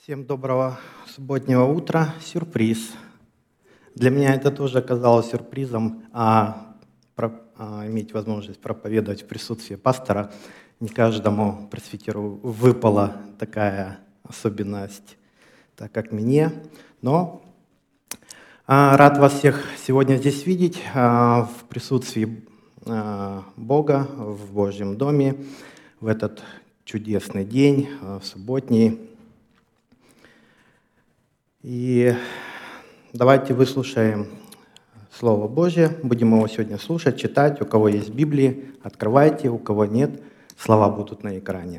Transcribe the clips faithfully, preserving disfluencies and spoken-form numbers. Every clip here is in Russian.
Всем доброго субботнего утра. Сюрприз. Для меня это тоже оказалось сюрпризом, а, про, а, иметь возможность проповедовать в присутствии пастора. Не каждому пресвитеру выпала такая особенность, так как мне. Но а, рад вас всех сегодня здесь видеть, а, в присутствии а, Бога, в Божьем доме, в этот чудесный день, а, в субботний. И давайте выслушаем Слово Божье. Будем его сегодня слушать, читать. У кого есть Библии, открывайте. У кого нет, слова будут на экране.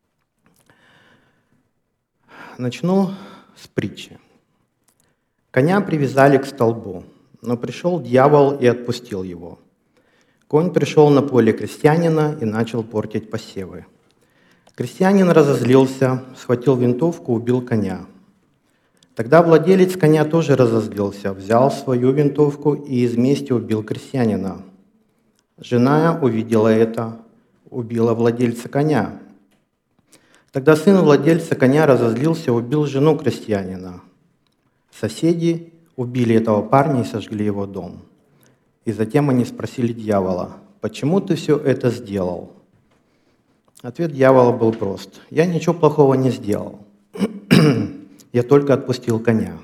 Начну с притчи. Коня привязали к столбу, но пришел дьявол и отпустил его. Конь пришел на поле крестьянина и начал портить посевы. Крестьянин разозлился, схватил винтовку, убил коня. Тогда владелец коня тоже разозлился, взял свою винтовку и из мести убил крестьянина. Жена увидела это, убила владельца коня. Тогда сын владельца коня разозлился, убил жену крестьянина. Соседи убили этого парня и сожгли его дом. И затем они спросили дьявола: «Почему ты все это сделал?» Ответ дьявола был прост: «Я ничего плохого не сделал. Я только отпустил коня».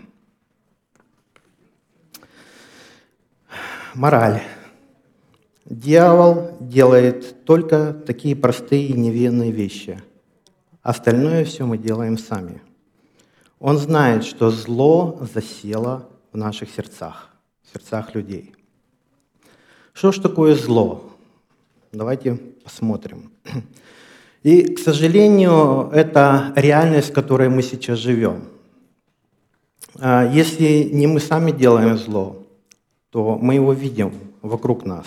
Мораль. Дьявол делает только такие простые и невинные вещи. Остальное все мы делаем сами. Он знает, что зло засело в наших сердцах, в сердцах людей. Что ж такое зло? Давайте посмотрим. И, к сожалению, это реальность, в которой мы сейчас живем. Если не мы сами делаем зло, то мы его видим вокруг нас.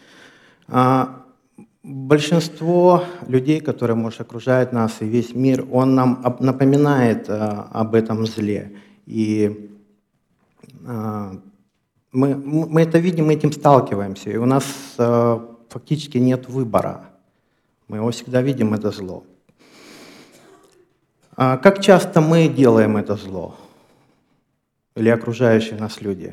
Большинство людей, которые, может, окружают нас, и весь мир, он нам напоминает об этом зле. И мы, мы это видим, мы этим сталкиваемся, и у нас фактически нет выбора. Мы его всегда видим, это зло. Как часто мы делаем это зло? Или окружающие нас люди?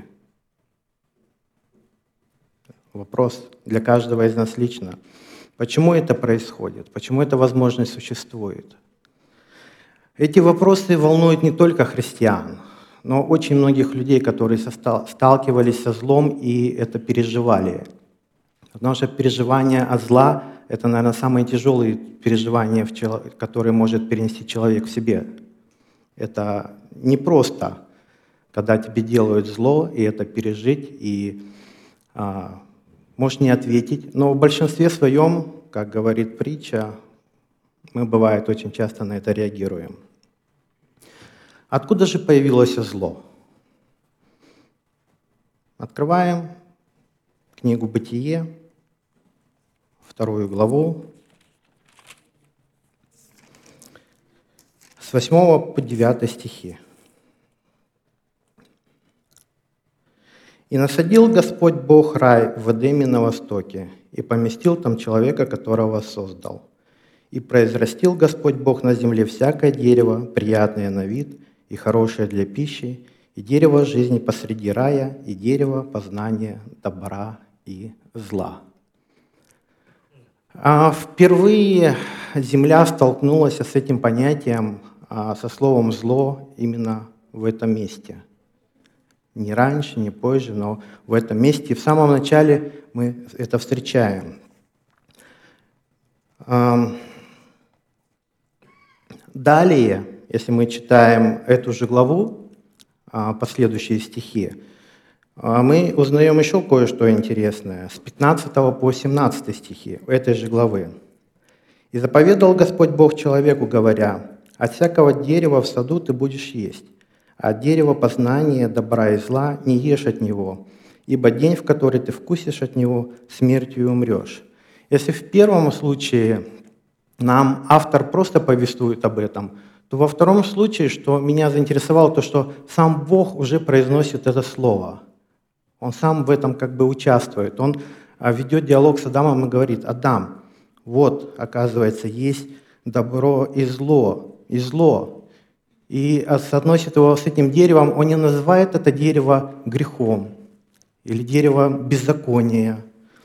Вопрос для каждого из нас лично. Почему это происходит? Почему эта возможность существует? Эти вопросы волнуют не только христиан, но очень многих людей, которые сталкивались со злом и это переживали. Потому что переживание от зла — это, наверное, самые тяжелые переживания, которые может перенести человек в себе. Это непросто, когда тебе делают зло, и это пережить, и а, можешь не ответить. Но в большинстве своем, как говорит притча, мы, бывает, очень часто на это реагируем. Откуда же появилось зло? Открываем книгу «Бытие», вторую главу, с восьмого по девятый стихи. «И насадил Господь Бог рай в Эдеме на востоке, и поместил там человека, которого создал. И произрастил Господь Бог на земле всякое дерево, приятное на вид и хорошее для пищи, и дерево жизни посреди рая, и дерево познания добра и зла». А впервые земля столкнулась с этим понятием, со словом «зло» именно в этом месте. Не раньше, не позже, но в этом месте. И в самом начале мы это встречаем. Далее, если мы читаем эту же главу, последующие стихи, мы узнаем еще кое-что интересное, с пятнадцатого по семнадцатый стихи этой же главы. «И заповедал Господь Бог человеку, говоря: от всякого дерева в саду ты будешь есть, а от дерева познания добра и зла не ешь от него, ибо день, в который ты вкусишь от него, смертью умрешь». Если в первом случае нам автор просто повествует об этом, то во втором случае, что меня заинтересовало, то, что сам Бог уже произносит это слово. Он сам в этом как бы участвует. Он ведет диалог с Адамом и говорит: «Адам, вот, оказывается, есть добро и зло, и зло. и соотносит его с этим деревом, он не называет это дерево грехом или дерево беззакония,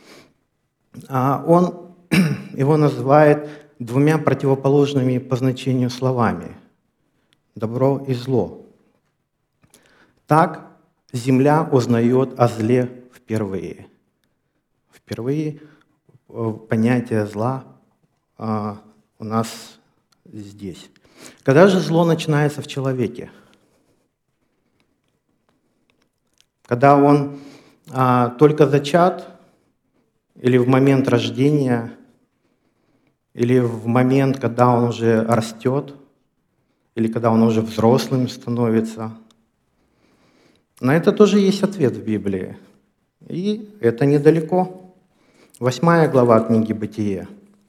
а он его называет двумя противоположными по значению словами – добро и зло. Так земля узнает о зле впервые. Впервые понятие зла а, у нас здесь. Когда же зло начинается в человеке? Когда он а, только зачат, или в момент рождения, или в момент, когда он уже растет, или когда он уже взрослым становится. На это тоже есть ответ в Библии. И это недалеко. Восьмая глава книги «Бытие».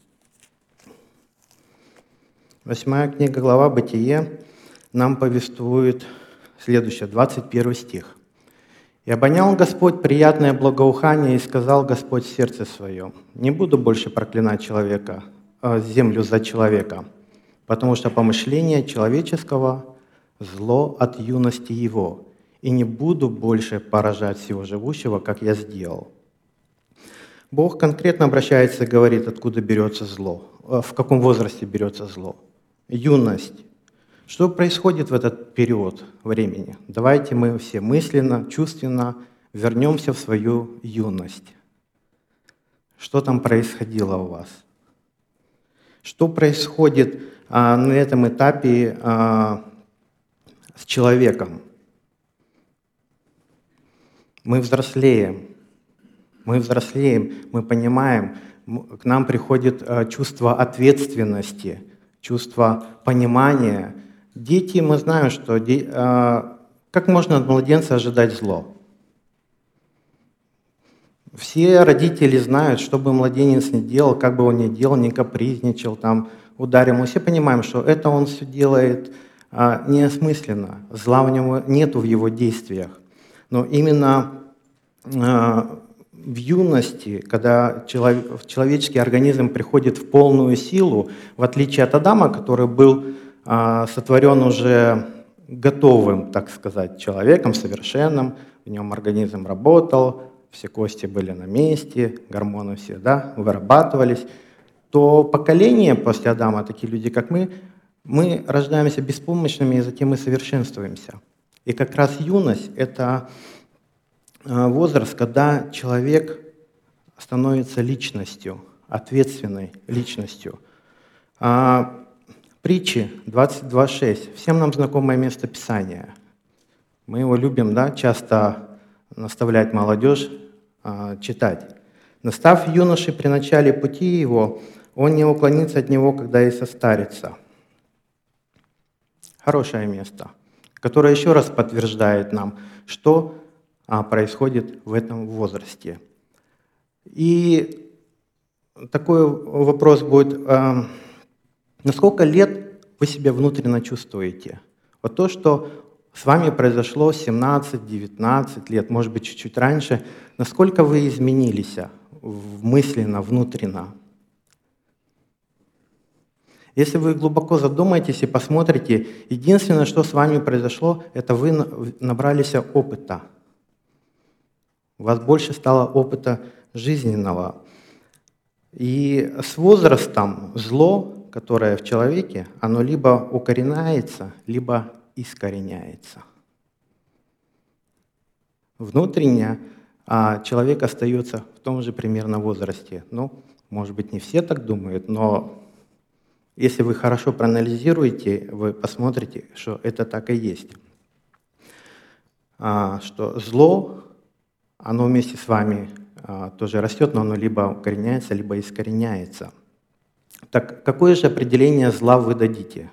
Восьмая книга глава «Бытие» нам повествует следующее, двадцать первый стих. «И обонял Господь приятное благоухание, и сказал Господь в сердце своем: не буду больше проклинать человека, э, землю за человека, потому что помышление человеческого – зло от юности его, и не буду больше поражать всего живущего, как я сделал». Бог конкретно обращается и говорит, откуда берется зло, в каком возрасте берется зло. Юность. Что происходит в этот период времени? Давайте мы все мысленно, чувственно вернемся в свою юность. Что там происходило у вас? Что происходит а, на этом этапе а, с человеком? Мы взрослеем, мы взрослеем, мы понимаем, к нам приходит а, чувство ответственности, чувство понимания. Дети, мы знаем, что де, а, как можно от младенца ожидать зло? Все родители знают, что бы младенец ни делал, как бы он ни делал, не капризничал, там, ударил. Мы все понимаем, что это он все делает а, неосмысленно, зла в нем нету в его действиях. Но именно а, в юности, когда человек, человеческий организм приходит в полную силу, в отличие от Адама, который был а, сотворен уже готовым, так сказать, человеком, совершенным, в нем организм работал, все кости были на месте, гормоны все да, вырабатывались, то поколение после Адама, такие люди, как мы, мы рождаемся беспомощными, и затем мы совершенствуемся. И как раз юность — это возраст, когда человек становится личностью, ответственной личностью. А, притчи двадцать два шесть. Всем нам знакомое место Писания. Мы его любим, да, часто наставлять молодежь а, читать. «Настав юноши при начале пути его, он не уклонится от него, когда и состарится». Хорошее место, которое еще раз подтверждает нам, что а, происходит в этом возрасте. И такой вопрос будет, а, на сколько лет вы себя внутренне чувствуете? Вот то, что с вами произошло семнадцать-девятнадцать лет, может быть, чуть-чуть раньше, насколько вы изменились мысленно, внутренне? Если вы глубоко задумаетесь и посмотрите, единственное, что с вами произошло, это вы набрались опыта. У вас больше стало опыта жизненного. И с возрастом зло, которое в человеке, оно либо укореняется, либо искореняется. Внутренне а человек остается в том же примерно возрасте. Ну, может быть, не все так думают, но если вы хорошо проанализируете, вы посмотрите, что это так и есть. А, что зло, оно вместе с вами а, тоже растет, но оно либо укореняется, либо искореняется. Так какое же определение зла вы дадите?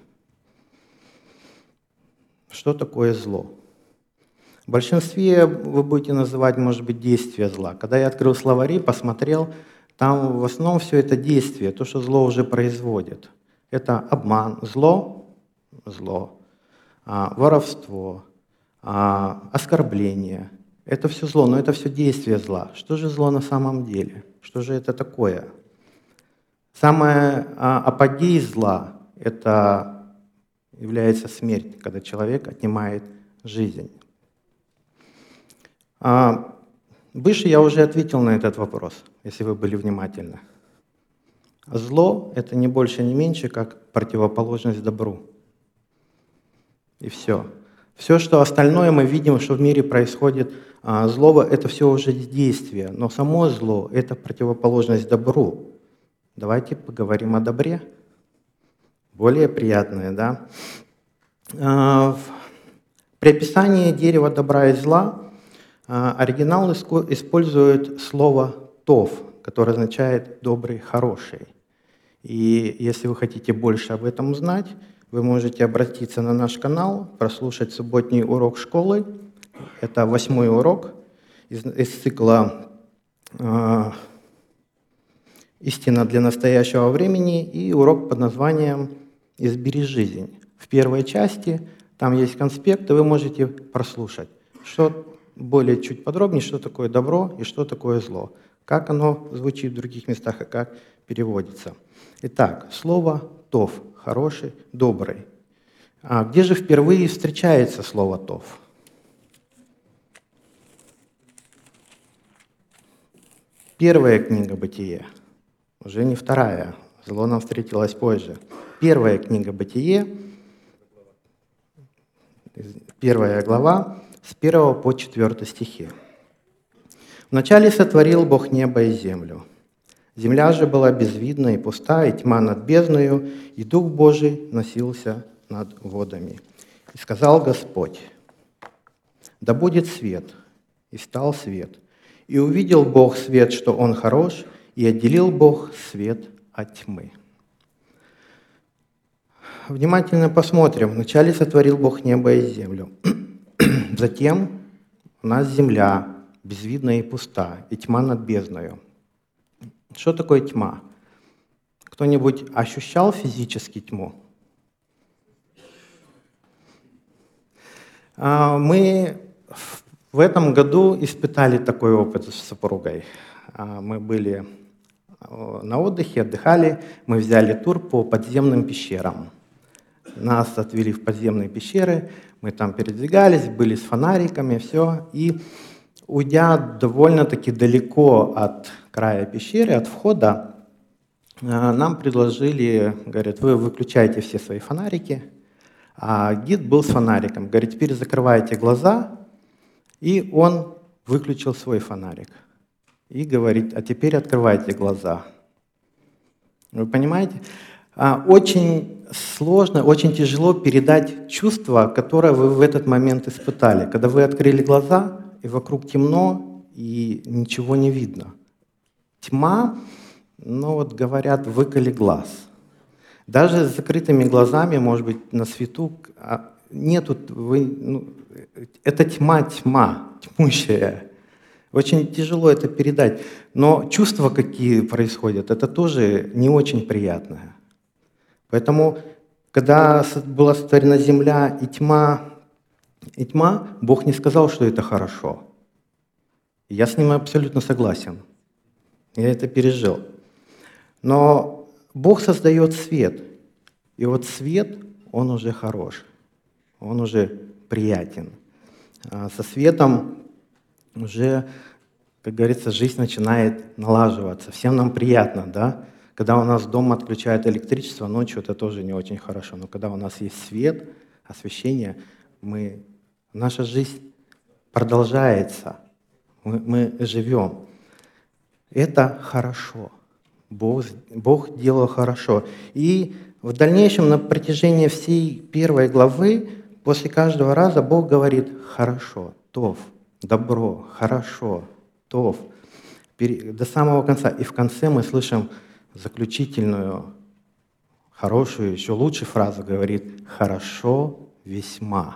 Что такое зло? В большинстве вы будете называть, может быть, действие зла. Когда я открыл словари, посмотрел, там в основном все это действие, то, что зло уже производит. Это обман, зло, зло, а, воровство, а, оскорбление. Это все зло, но это все действие зла. Что же зло на самом деле? Что же это такое? Самое а, апогей зла — это является смерть, когда человек отнимает жизнь. А выше я уже ответил на этот вопрос, если вы были внимательны. Зло — это не больше, не меньше, как противоположность добру. И все. Все, что остальное мы видим, что в мире происходит, зло — это все уже действие, но само зло — это противоположность добру. Давайте поговорим о добре. Более приятное, да? При описании дерева добра и зла оригинал использует слово «тов», которое означает «добрый, хороший». И если вы хотите больше об этом узнать, вы можете обратиться на наш канал, прослушать субботний урок школы. Это восьмой урок из, из цикла э, «Истина для настоящего времени» и урок под названием «Избери жизнь». В первой части там есть конспект, и вы можете прослушать, что более чуть подробнее, что такое добро и что такое зло, как оно звучит в других местах и как переводится. Итак, слово «тов» — хороший, добрый. А где же впервые встречается слово «тов»? Первая книга «Бытие», уже не вторая, зло нам встретилось позже. Первая книга «Бытие», первая глава, с первого по четвёртый стихи. «Вначале сотворил Бог небо и землю. Земля же была безвидна и пуста, и тьма над бездною, и Дух Божий носился над водами. И сказал Господь: да будет свет, и стал свет. И увидел Бог свет, что он хорош, и отделил Бог свет от тьмы». Внимательно посмотрим. Вначале сотворил Бог небо и землю. Затем у нас земля безвидна и пуста, и тьма над бездною. Что такое тьма? Кто-нибудь ощущал физически тьму? Мы в этом году испытали такой опыт с супругой. Мы были на отдыхе, отдыхали, мы взяли тур по подземным пещерам. Нас отвели в подземные пещеры, мы там передвигались, были с фонариками, все. И уйдя довольно-таки далеко от края пещеры, от входа, нам предложили, говорят, вы выключаете все свои фонарики. А гид был с фонариком. Говорит, теперь закрывайте глаза. И он выключил свой фонарик. И говорит, а теперь открывайте глаза. Вы понимаете? Очень сложно, очень тяжело передать чувство, которое вы в этот момент испытали. Когда вы открыли глаза, и вокруг темно, и ничего не видно. Тьма, ну вот говорят, выколи глаз. Даже с закрытыми глазами, может быть, на свету, нету, вы, ну, это тьма, тьма, тьмущая. Очень тяжело это передать. Но чувства, какие происходят, это тоже не очень приятное. Поэтому, когда была сотворена земля и тьма, и тьма, Бог не сказал, что это хорошо. Я с ним абсолютно согласен. Я это пережил. Но Бог создает свет. И вот свет, он уже хорош. Он уже приятен. Со светом уже, как говорится, жизнь начинает налаживаться. Всем нам приятно, да? Когда у нас дома отключают электричество ночью, это тоже не очень хорошо. Но когда у нас есть свет, освещение, мы, наша жизнь продолжается. Мы, мы живем. Это хорошо. Бог, Бог делал хорошо. И в дальнейшем, на протяжении всей первой главы, после каждого раза Бог говорит «хорошо», «тов», «добро», «хорошо», «тов», до самого конца. И в конце мы слышим заключительную, хорошую, еще лучшую фразу, говорит «хорошо весьма».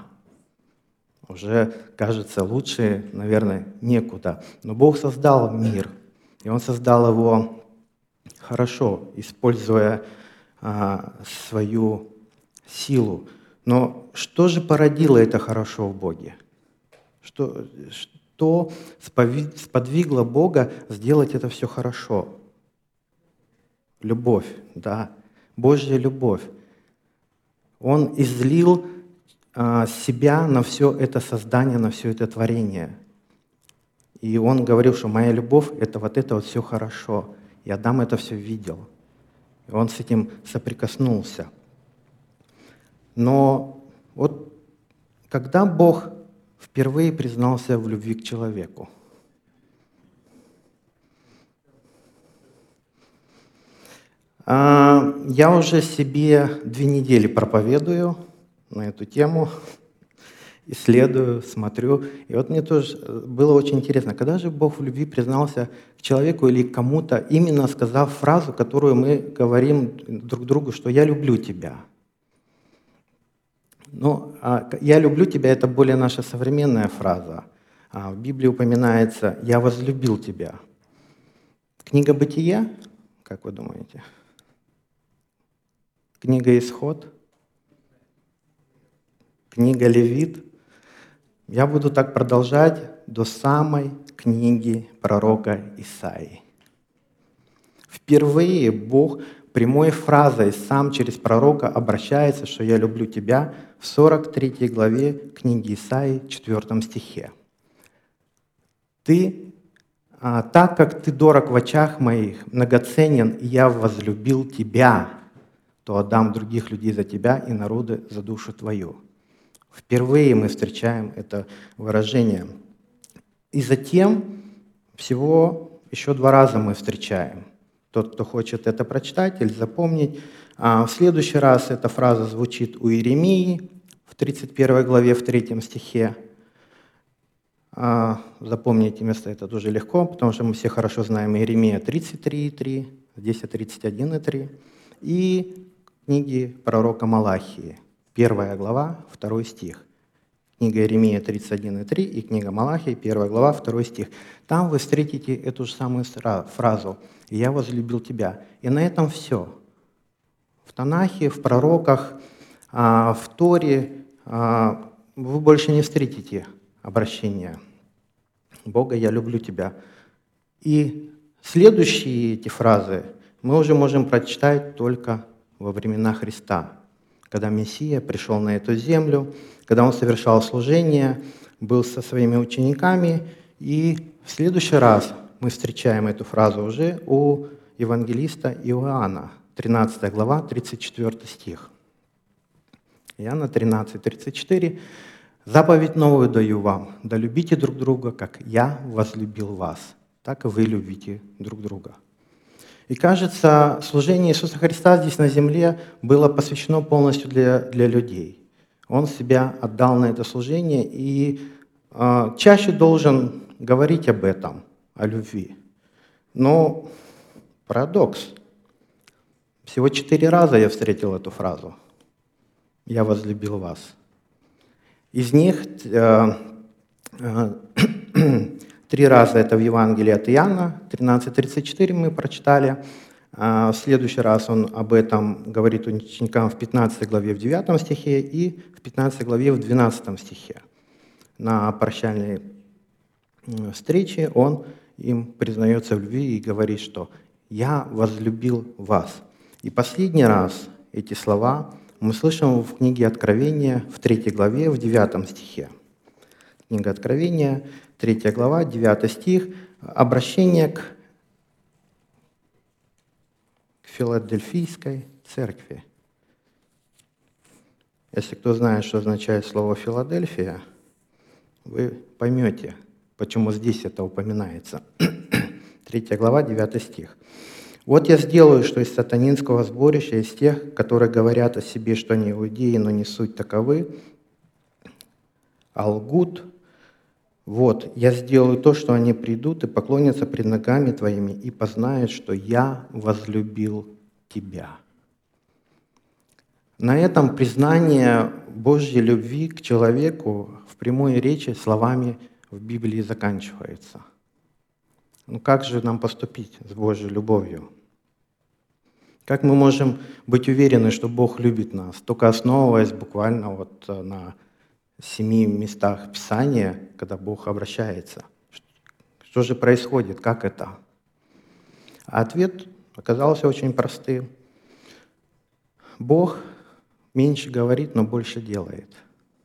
Уже, кажется, лучше, наверное, некуда. Но Бог создал мир, и Он создал его хорошо, используя а, свою силу. Но что же породило это хорошо в Боге? Что, что сподвигло Бога сделать это все хорошо? Любовь, да, Божья любовь. Он излил а, себя на все это создание, на все это творение. И он говорил, что моя любовь — это вот это вот все хорошо. И Адам это все видел. И он с этим соприкоснулся. Но вот когда Бог впервые признался в любви к человеку? А, Я уже себе две недели проповедую на эту тему, исследую, смотрю. И вот мне тоже было очень интересно, когда же Бог в любви признался к человеку или к кому-то, именно сказав фразу, которую мы говорим друг другу, что «я люблю тебя». Ну, а «я люблю тебя» — это более наша современная фраза. А в Библии упоминается «я возлюбил тебя». Книга «Бытия», как вы думаете? Книга «Исход», книга «Левит». Я буду так продолжать до самой книги пророка Исаии. Впервые Бог прямой фразой сам через пророка обращается, что «я люблю тебя» в сорок третьей главе книги Исаии, четвёртом стихе. «Ты, а, так как ты дорог в очах моих, многоценен, и я возлюбил тебя, то отдам других людей за тебя и народы за душу твою». Впервые мы встречаем это выражение. И затем всего еще два раза мы встречаем. Тот, кто хочет это прочитать или запомнить. А в следующий раз эта фраза звучит у Иеремии в тридцать первой главе, в третьем стихе. А запомните место, это тоже легко, потому что мы все хорошо знаем Иеремия тридцать три три, здесь тридцать один три. И книги пророка Малахии, первая глава, второй стих. Книга Иеремия тридцать один три и книга Малахии, первая глава, второй стих. Там вы встретите эту же самую фразу «Я возлюбил тебя». И на этом все. В Танахе, в пророках, в Торе вы больше не встретите обращения «Бога, я люблю тебя». И следующие эти фразы мы уже можем прочитать только во времена Христа, когда Мессия пришел на эту землю, когда Он совершал служение, был со своими учениками. И в следующий раз мы встречаем эту фразу уже у евангелиста Иоанна, тринадцатая глава, тридцать четвёртый стих. Иоанна тринадцать тридцать четыре. «Заповедь новую даю вам, да любите друг друга, как я возлюбил вас, так и вы любите друг друга». И кажется, служение Иисуса Христа здесь на земле было посвящено полностью для, для людей. Он себя отдал на это служение и э, чаще должен говорить об этом, о любви. Но парадокс. Всего четыре раза я встретил эту фразу «Я возлюбил вас». Из них э, э, три раза это в Евангелии от Иоанна, тринадцать тридцать четыре мы прочитали. А в следующий раз он об этом говорит ученикам в пятнадцатой главе в девятом стихе и в пятнадцатой главе в двенадцатом стихе. На прощальной встрече он им признается в любви и говорит, что «Я возлюбил вас». И последний раз эти слова мы слышим в книге Откровения в третьей главе в девятом стихе. Книга Откровения, третья глава, девятый стих, обращение к, к Филадельфийской церкви. Если кто знает, что означает слово «Филадельфия», вы поймете, почему здесь это упоминается. Третья глава, девятый стих. «Вот я сделаю, что из сатанинского сборища, из тех, которые говорят о себе, что они иудеи, но не суть таковы, а лгут. Вот, я сделаю то, что они придут и поклонятся пред ногами твоими и познают, что я возлюбил тебя». На этом признание Божьей любви к человеку в прямой речи словами в Библии заканчивается. Ну как же нам поступить с Божьей любовью? Как мы можем быть уверены, что Бог любит нас, только основываясь буквально вот на семи местах Писания, когда Бог обращается? Что же происходит? Как это? А ответ оказался очень простым. Бог меньше говорит, но больше делает.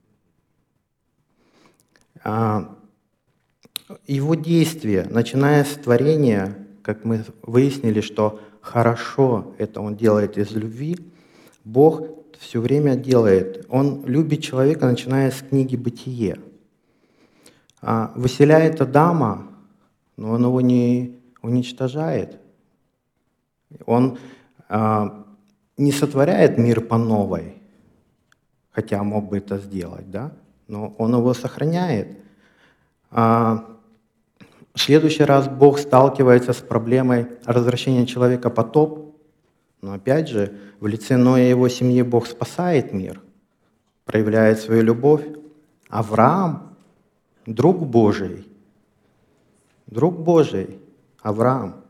А, Его действия, начиная с творения, как мы выяснили, что хорошо это Он делает из любви, Бог все время делает. Он любит человека, начиная с книги «Бытие». А, выселяет Адама, но Он его не уничтожает. Он а, не сотворяет мир по новой, хотя мог бы это сделать, да? Но Он его сохраняет. А, в следующий раз Бог сталкивается с проблемой развращения человека потоп, но опять же, в лице Ноя и его семьи Бог спасает мир, проявляет свою любовь. Авраам, друг Божий, друг Божий, Авраам.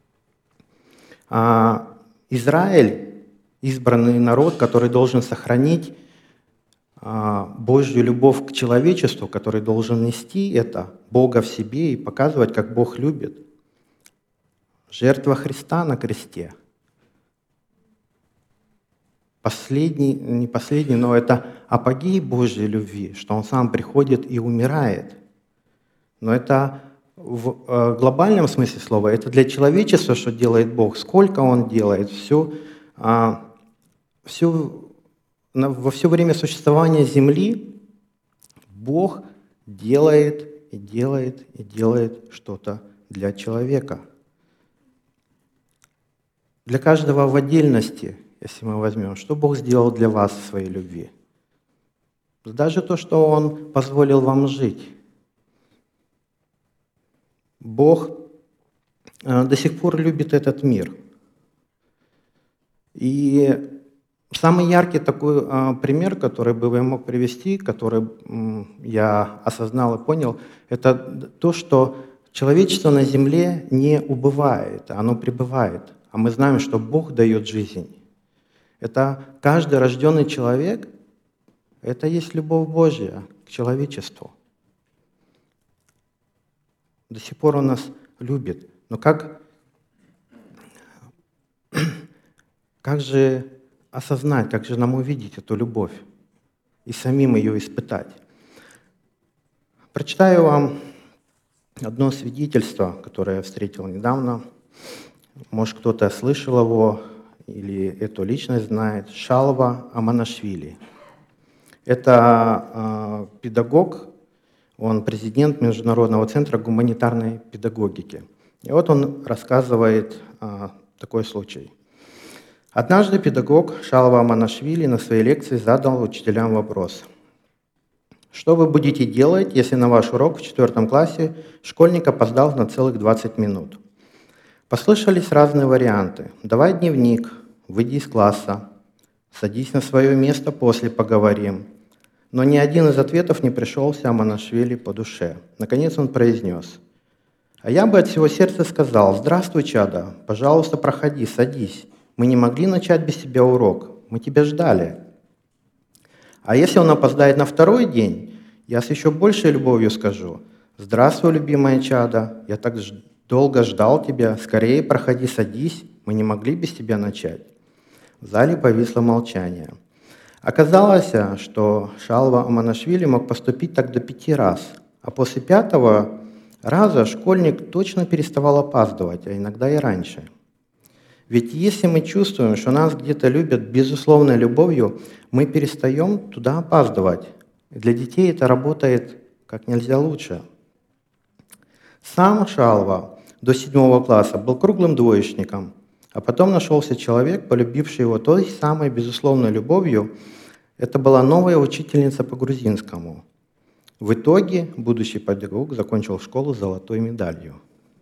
А Израиль, избранный народ, который должен сохранить а, Божью любовь к человечеству, который должен нести это, Бога в себе и показывать, как Бог любит. Жертва Христа на кресте. Последний, не последний, но это апогей Божьей любви, что Он сам приходит и умирает. Но это в э, глобальном смысле слова, это для человечества, что делает Бог, сколько Он делает, всю, э, всю, на, во все время существования Земли Бог делает и делает и делает что-то для человека. Для каждого в отдельности, если мы возьмем, что Бог сделал для вас в своей любви. Даже то, что Он позволил вам жить. Бог до сих пор любит этот мир. И самый яркий такой пример, который бы я мог привести, который я осознал и понял, это то, что человечество на земле не убывает, оно пребывает. А мы знаем, что Бог дает жизнь. Это каждый рожденный человек, это есть любовь Божья к человечеству. До сих пор Он нас любит. Но как, как же осознать, как же нам увидеть эту любовь и самим ее испытать? Прочитаю вам одно свидетельство, которое я встретил недавно. Может, кто-то слышал его или эту личность знает. Шалва Аманашвили. Это э, педагог, он президент Международного центра гуманитарной педагогики. И вот он рассказывает э, такой случай. Однажды педагог Шалва Аманашвили на своей лекции задал учителям вопрос. Что вы будете делать, если на ваш урок в четвертом классе школьник опоздал на целых двадцать минут? Послышались разные варианты. Давай дневник, выйди из класса, садись на свое место, после поговорим. Но ни один из ответов не пришелся Аманашвили по душе. Наконец он произнес. А я бы от всего сердца сказал, здравствуй, чадо, пожалуйста, проходи, садись. Мы не могли начать без тебя урок, мы тебя ждали. А если он опоздает на второй день, я с еще большей любовью скажу, здравствуй, любимое чадо, я так жду. Долго ждал тебя, скорее проходи, садись, мы не могли без тебя начать. В зале повисло молчание. Оказалось, что Шалва Аманашвили мог поступить так до пяти раз, а после пятого раза школьник точно переставал опаздывать, а иногда и раньше. Ведь если мы чувствуем, что нас где-то любят безусловной любовью, мы перестаем туда опаздывать. И для детей это работает как нельзя лучше. Сам Шалва до седьмого класса был круглым двоечником, а потом нашелся человек, полюбивший его той самой безусловной любовью. Это была новая учительница по грузинскому. В итоге будущий педагог закончил школу с золотой медалью.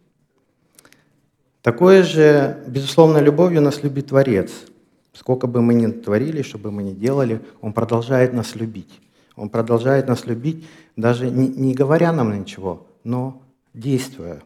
Такой же безусловной любовью нас любит Творец. Сколько бы мы ни творили, что бы мы ни делали, Он продолжает нас любить. Он продолжает нас любить, даже не, не говоря нам ничего, но действуя.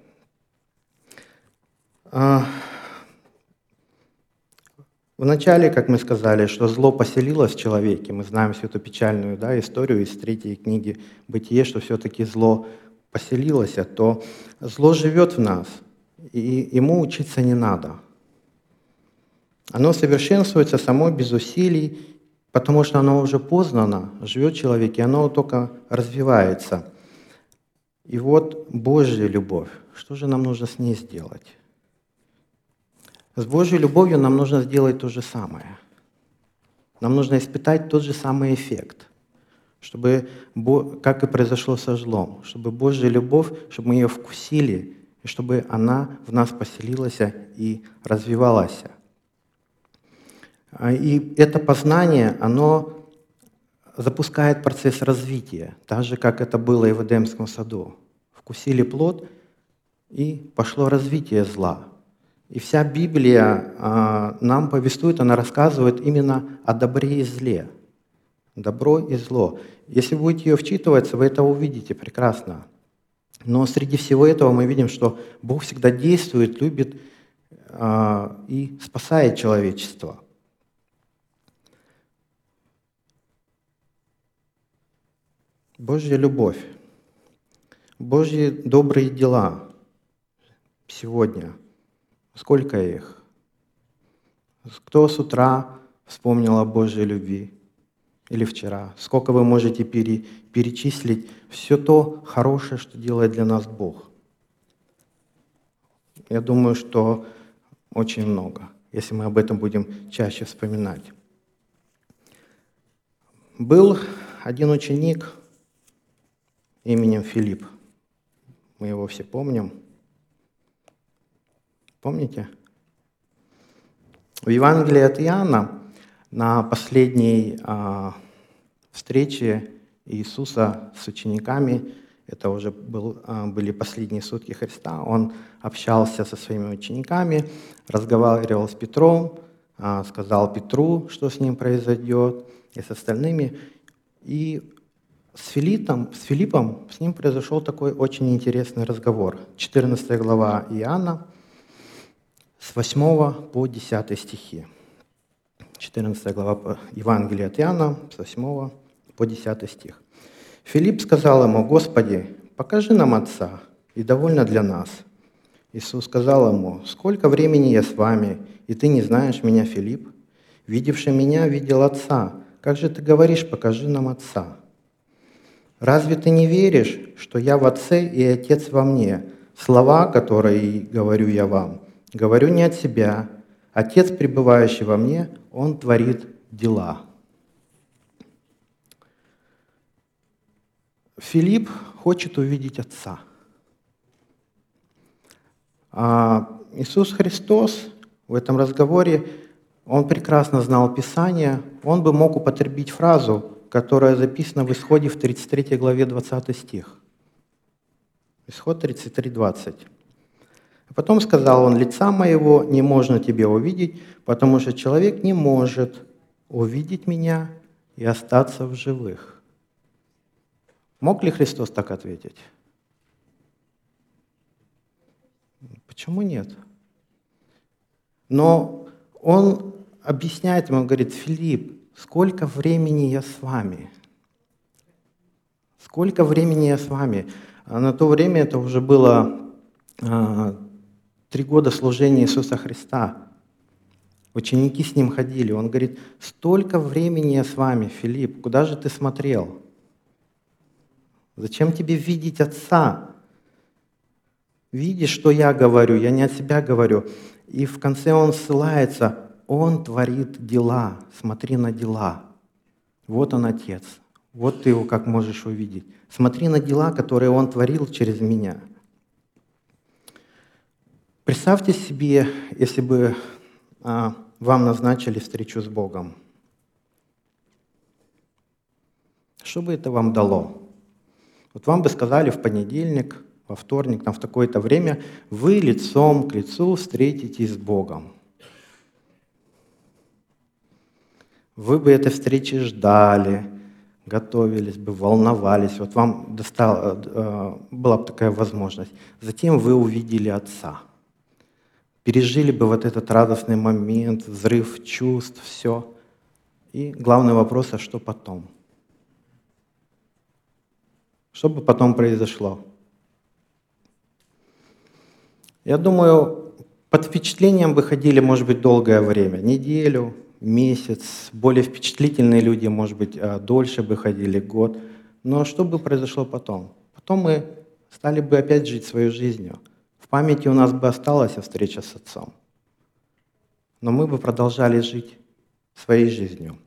Вначале, как мы сказали, что зло поселилось в человеке, мы знаем всю эту печальную, да, историю из третьей книги «Бытие», что все-таки зло поселилось, то зло живет в нас, и ему учиться не надо. Оно совершенствуется само без усилий, потому что оно уже познано, живет человек, и оно только развивается. И вот Божья любовь. Что же нам нужно с ней сделать? С Божьей любовью нам нужно сделать то же самое. Нам нужно испытать тот же самый эффект, чтобы, как и произошло со злом, чтобы Божья любовь, чтобы мы ее вкусили, и чтобы она в нас поселилась и развивалась. И это познание, оно запускает процесс развития, так же, как это было и в Эдемском саду. Вкусили плод, и пошло развитие зла. И вся Библия а, нам повествует, она рассказывает именно о добре и зле. Добро и зло. Если вы будете ее вчитываться, вы это увидите прекрасно. Но среди всего этого мы видим, что Бог всегда действует, любит а, и спасает человечество. Божья любовь, Божьи добрые дела сегодня. Сколько их? Кто с утра вспомнил о Божьей любви? Или вчера? Сколько вы можете пере, перечислить все то хорошее, что делает для нас Бог? Я думаю, что очень много, если мы об этом будем чаще вспоминать. Был один ученик именем Филипп. Мы его все помним. Помните? В Евангелии от Иоанна на последней а, встрече Иисуса с учениками, это уже был, а, были последние сутки Христа, он общался со своими учениками, разговаривал с Петром, а, сказал Петру, что с ним произойдет, и с остальными. И с Филиппом, с Филиппом с ним произошел такой очень интересный разговор. четырнадцатая глава Иоанна, с восьмого по десятый стихи. четырнадцатая глава Евангелия от Иоанна, с восьмого по десятый стих. Филипп сказал ему: «Господи, покажи нам Отца, и довольно для нас». Иисус сказал ему: «Сколько времени я с вами, и ты не знаешь меня, Филипп? Видевший меня, видел Отца. Как же ты говоришь: покажи нам Отца? Разве ты не веришь, что я в Отце и Отец во мне? Слова, которые говорю я вам, говорю не от себя. Отец, пребывающий во мне, Он творит дела». Филипп хочет увидеть Отца. А Иисус Христос в этом разговоре, Он прекрасно знал Писание, Он бы мог употребить фразу, которая записана в Исходе в тридцать третьей главе двадцатый стих. Исход тридцать три, двадцать. А потом сказал он: «Лица моего не можно тебе увидеть, потому что человек не может увидеть меня и остаться в живых». Мог ли Христос так ответить? Почему нет? Но он объясняет ему, он говорит: «Филипп, сколько времени я с вами? Сколько времени я с вами?» А на то время это уже было а, три года служения Иисуса Христа. Ученики с Ним ходили. Он говорит: «Столько времени я с вами, Филипп, куда же ты смотрел? Зачем тебе видеть Отца? Видишь, что я говорю, я не от себя говорю». И в конце он ссылается: «Он творит дела, смотри на дела». Вот он, Отец. Вот ты его как можешь увидеть. Смотри на дела, которые Он творил через меня. Представьте себе, если бы а, вам назначили встречу с Богом. Что бы это вам дало? Вот вам бы сказали в понедельник, во вторник, там, в такое-то время, вы лицом к лицу встретитесь с Богом. Вы бы этой встречи ждали, готовились бы, волновались. Вот вам достала, была бы такая возможность. Затем вы увидели Отца. Пережили бы вот этот радостный момент, взрыв чувств, все. И главный вопрос: а что потом? Что бы потом произошло? Я думаю, под впечатлением вы ходили, может быть, долгое время, неделю, месяц, более впечатлительные люди, может быть, э, дольше бы ходили, год. Но что бы произошло потом? Потом мы стали бы опять жить своей жизнью. В памяти у нас бы осталась встреча с Отцом. Но мы бы продолжали жить своей жизнью.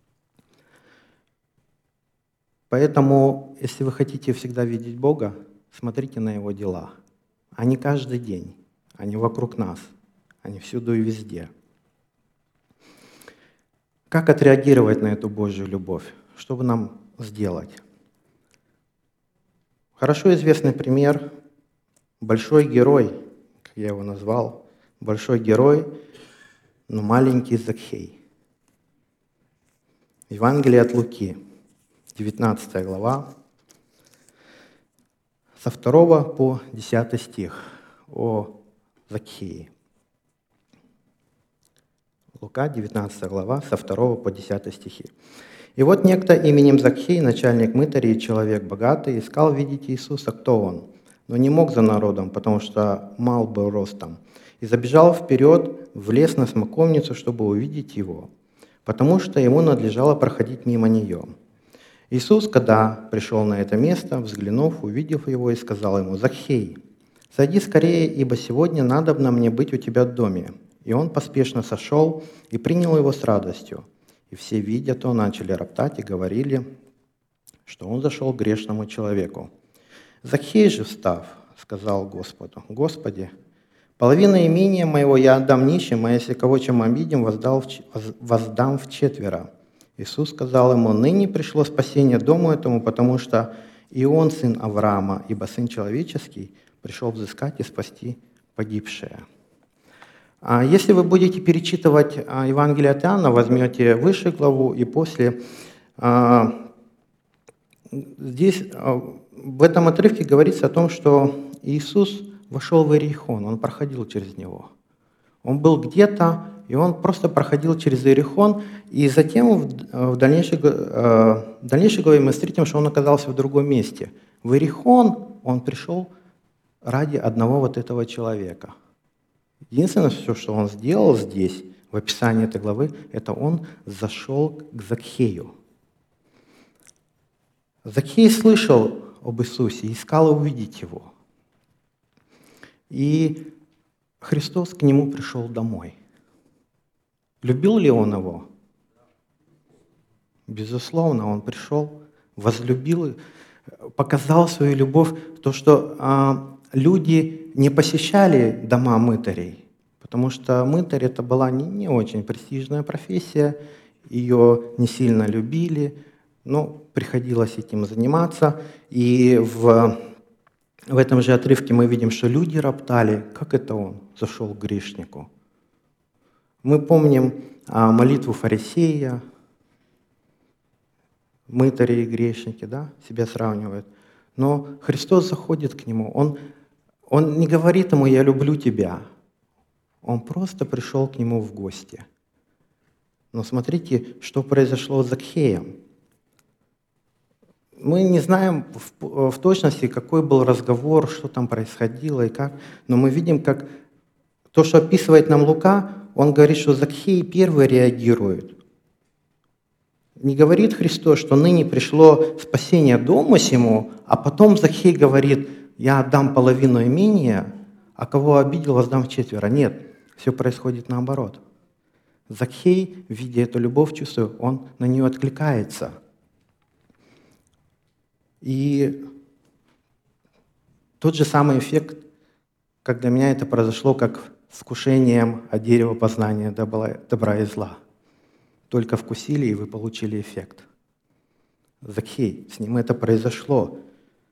Поэтому, если вы хотите всегда видеть Бога, смотрите на Его дела. Они каждый день, они вокруг нас, они всюду и везде. Как отреагировать на эту Божью любовь? Что бы нам сделать? Хорошо известный пример, большой герой, как я его назвал, большой герой, но маленький Закхей. Евангелие от Луки, девятнадцатая глава, со второго по десятый стих о Закхее. Лука, девятнадцатая глава, со второго по десятый стихи. «И вот некто именем Закхей, начальник мытарей и человек богатый, искал видеть Иисуса, кто он, но не мог за народом, потому что мал был ростом, и забежал вперед, влез на смоковницу, чтобы увидеть его, потому что ему надлежало проходить мимо нее. Иисус, когда пришел на это место, взглянув, увидев его, и сказал ему: «Закхей, сойди скорее, ибо сегодня надобно мне быть у тебя в доме». И он поспешно сошел и принял его с радостью. И все, видя то, начали роптать и говорили, что он зашел к грешному человеку. Закхей же, встав, сказал Господу: «Господи, половина имения моего я отдам нищим, а если кого чем обидим, воздал в ч- воз- воздам вчетверо». Иисус сказал ему: «Ныне пришло спасение дому этому, потому что и он сын Авраама, ибо Сын Человеческий пришел взыскать и спасти погибшее». А Если вы будете перечитывать а, Евангелие от Иоанна, возьмете выше главу и после, а, здесь а, в этом отрывке говорится о том, что Иисус вошел в Иерихон, он проходил через него. Он был где-то, и он просто проходил через Иерихон, и затем в, в, дальнейшей, в дальнейшей главе мы встретим, что он оказался в другом месте. В Иерихон он пришел ради одного вот этого человека. Единственное, все, что он сделал здесь, в описании этой главы, это он зашел к Закхею. Закхей слышал об Иисусе и искал увидеть его. И Христос к нему пришел домой. Любил ли он его? Безусловно, он пришел, возлюбил, показал свою любовь, то, что а, люди не посещали дома мытарей, потому что мытарь это была не, не очень престижная профессия, ее не сильно любили, но приходилось этим заниматься. И в, в этом же отрывке мы видим, что люди роптали, как это он зашел к грешнику. Мы помним а, молитву фарисея, мытари и грешники, да, себя сравнивают. Но Христос заходит к нему, он, он не говорит ему: «Я люблю тебя». Он просто пришел к нему в гости. Но смотрите, что произошло с Закхеем. Мы не знаем в, в точности, какой был разговор, что там происходило и как, но мы видим, как то, что описывает нам Лука, он говорит, что Закхей первый реагирует. Не говорит Христос, что ныне пришло спасение дому сему, а потом Закхей говорит: «Я отдам половину имения, а кого обидел, воздам вчетверо». Нет, все происходит наоборот. Закхей, видя эту любовь, чувствует, он на нее откликается. И тот же самый эффект, как для меня это произошло, как с вкушением от дерева познания добра и зла. Только вкусили, и вы получили эффект. Закхей, с ним это произошло.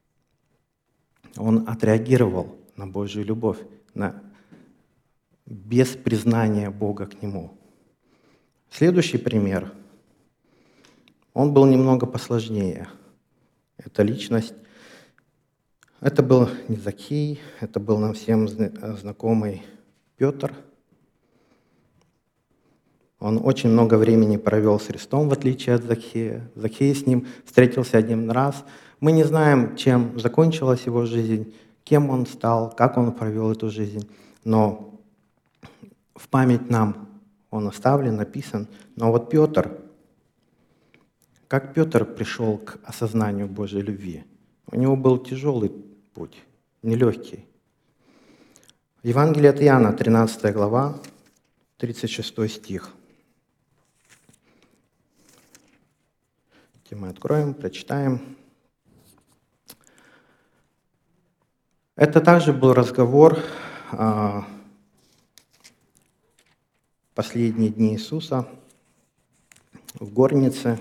Он отреагировал на Божью любовь, на... без признания Бога к нему. Следующий пример. Он был немного посложнее. Это личность. Это был не Закхей, это был нам всем знакомый Петр. Он очень много времени провел с Христом, в отличие от Закхея. Закхей с ним встретился один раз. Мы не знаем, чем закончилась его жизнь, кем он стал, как он провел эту жизнь. Но в память нам он оставлен, написан. Но вот Петр, как Петр пришел к осознанию Божьей любви? У него был тяжелый путь, нелегкий. Евангелие от Иоанна, тринадцатая глава, тридцать шестой стих. Мы откроем, прочитаем. Это также был разговор а, последние дни Иисуса в горнице.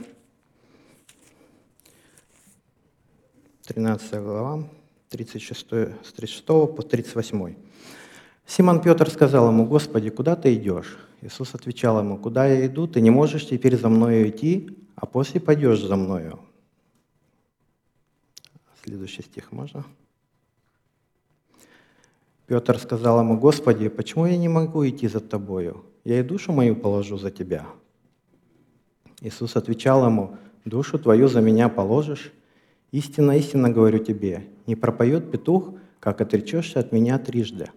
тринадцатая глава, тридцать шестой, с тридцать шестого по тридцать восьмой. Симон Петр сказал ему: «Господи, куда ты идешь?» Иисус отвечал ему: «Куда я иду, ты не можешь теперь за мною идти, а после пойдешь за мною». Следующий стих можно? Петр сказал ему: «Господи, почему я не могу идти за тобою? Я и душу мою положу за тебя». Иисус отвечал ему: «Душу твою за меня положишь? Истинно, истинно говорю тебе, не пропоет петух, как отречешься от меня трижды».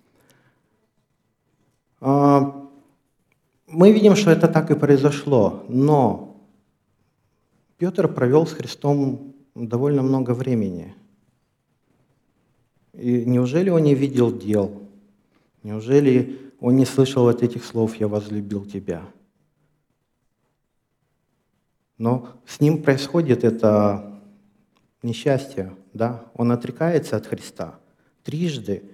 Мы видим, что это так и произошло, но Петр провел с Христом довольно много времени. И неужели он не видел дел? Неужели он не слышал вот этих слов «Я возлюбил тебя»? Но с ним происходит это несчастье, да? Он отрекается от Христа трижды.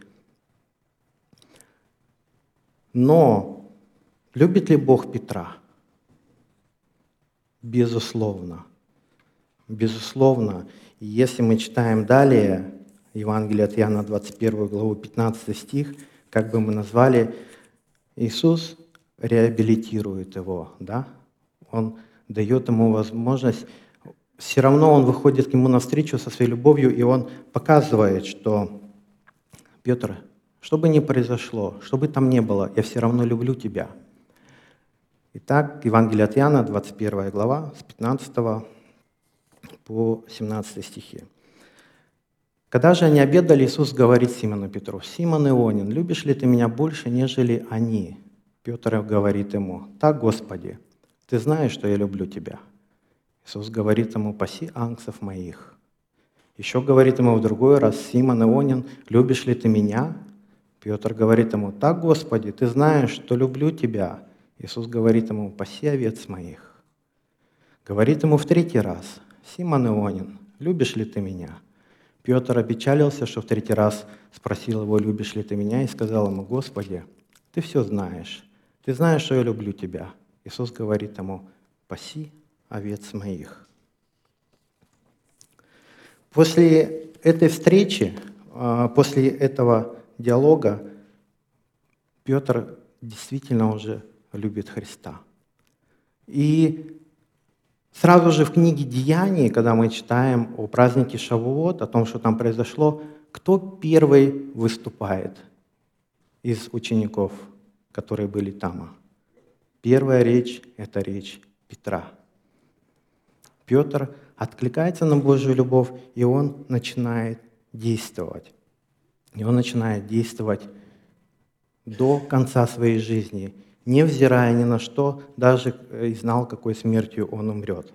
Но любит ли Бог Петра? Безусловно. Безусловно. И если мы читаем далее Евангелие от Иоанна, двадцать первую главу, пятнадцатый стих, как бы мы назвали, Иисус реабилитирует его, да? Он дает ему возможность, все равно он выходит к нему навстречу со своей любовью, и он показывает, что Петр, что бы ни произошло, что бы там ни было, я все равно люблю тебя. Итак, Евангелие от Иоанна, двадцать первая глава, с пятнадцатого по семнадцатый стихи. Когда же они обедали, Иисус говорит Симону Петру: «Симон Ионин, любишь ли ты меня больше, нежели они?» Петр говорит ему: «Так, Господи, ты знаешь, что я люблю тебя». Иисус говорит ему: «Паси ангсов моих». Еще говорит ему в другой раз: «Симон Ионин, любишь ли ты меня?» Петр говорит ему: «Так, Господи, ты знаешь, что люблю тебя». Иисус говорит ему: «Паси овец моих». Говорит ему в третий раз: «Симон Ионин, любишь ли ты меня?» Петр опечалился, что в третий раз спросил его: «Любишь ли ты меня?» и сказал ему: «Господи, ты все знаешь. Ты знаешь, что я люблю тебя». Иисус говорит ему: «Паси овец моих». После этой встречи, после этого диалога Петр действительно уже любит Христа. И сразу же в книге «Деяний», когда мы читаем о празднике Шавуот, о том, что там произошло, кто первый выступает из учеников, которые были там? Первая речь – это речь Петра. Петр откликается на Божью любовь, и он начинает действовать. И он начинает действовать до конца своей жизни, невзирая ни на что, даже и знал, какой смертью он умрет.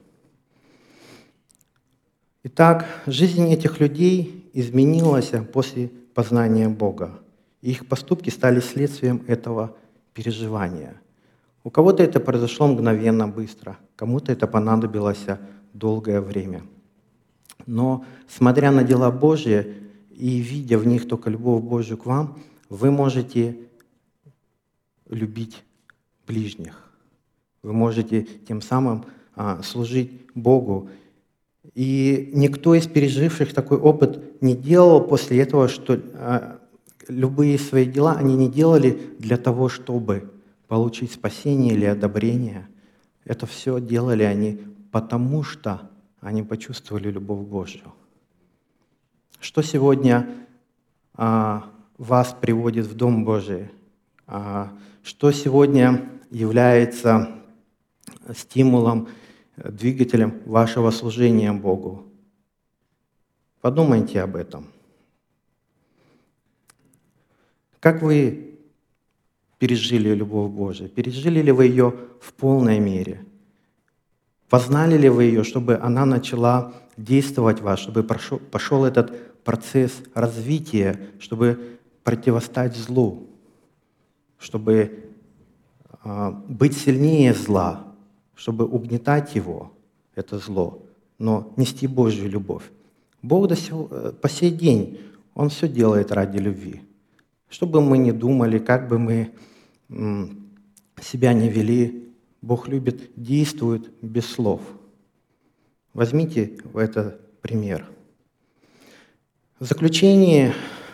Итак, жизнь этих людей изменилась после познания Бога. И их поступки стали следствием этого переживания. У кого-то это произошло мгновенно, быстро, кому-то это понадобилось долгое время. Но, смотря на дела Божьи и видя в них только любовь Божью к вам, вы можете любить ближних. Вы можете тем самым а, служить Богу. И никто из переживших такой опыт не делал после этого, что а, любые свои дела они не делали для того, чтобы получить спасение или одобрение. Это все делали они потому, что они почувствовали любовь Божью. Что сегодня а, вас приводит в Дом Божий? А, что сегодня является стимулом, двигателем вашего служения Богу? Подумайте об этом. Как вы пережили любовь Божию? Пережили ли вы ее в полной мере? Познали ли вы ее, чтобы она начала действовать в вас, чтобы прошел, пошел этот процесс развития, чтобы противостать злу, чтобы э, быть сильнее зла, чтобы угнетать его, это зло, но нести Божью любовь. Бог до сего, по сей день, Он все делает ради любви. Что бы мы ни думали, как бы мы м, себя не вели, Бог любит, действует без слов. Возьмите это пример. В заключение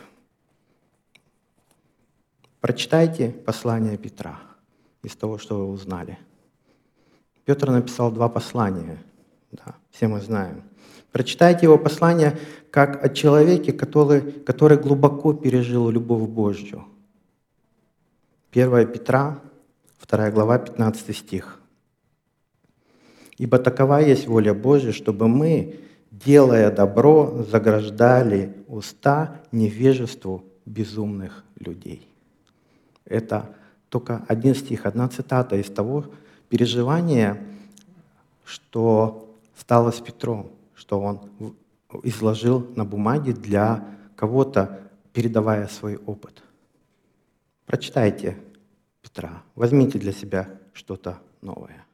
прочитайте послание Петра из того, что вы узнали. Петр написал два послания, да, все мы знаем. Прочитайте его послание как о человеке, который, который глубоко пережил любовь Божью. первое Петра, вторая глава, пятнадцатый стих. «Ибо такова есть воля Божья, чтобы мы, делая добро, заграждали уста невежеству безумных людей». Это только один стих, одна цитата из того переживания, что стало с Петром, что он изложил на бумаге для кого-то, передавая свой опыт. Прочитайте Петра, возьмите для себя что-то новое.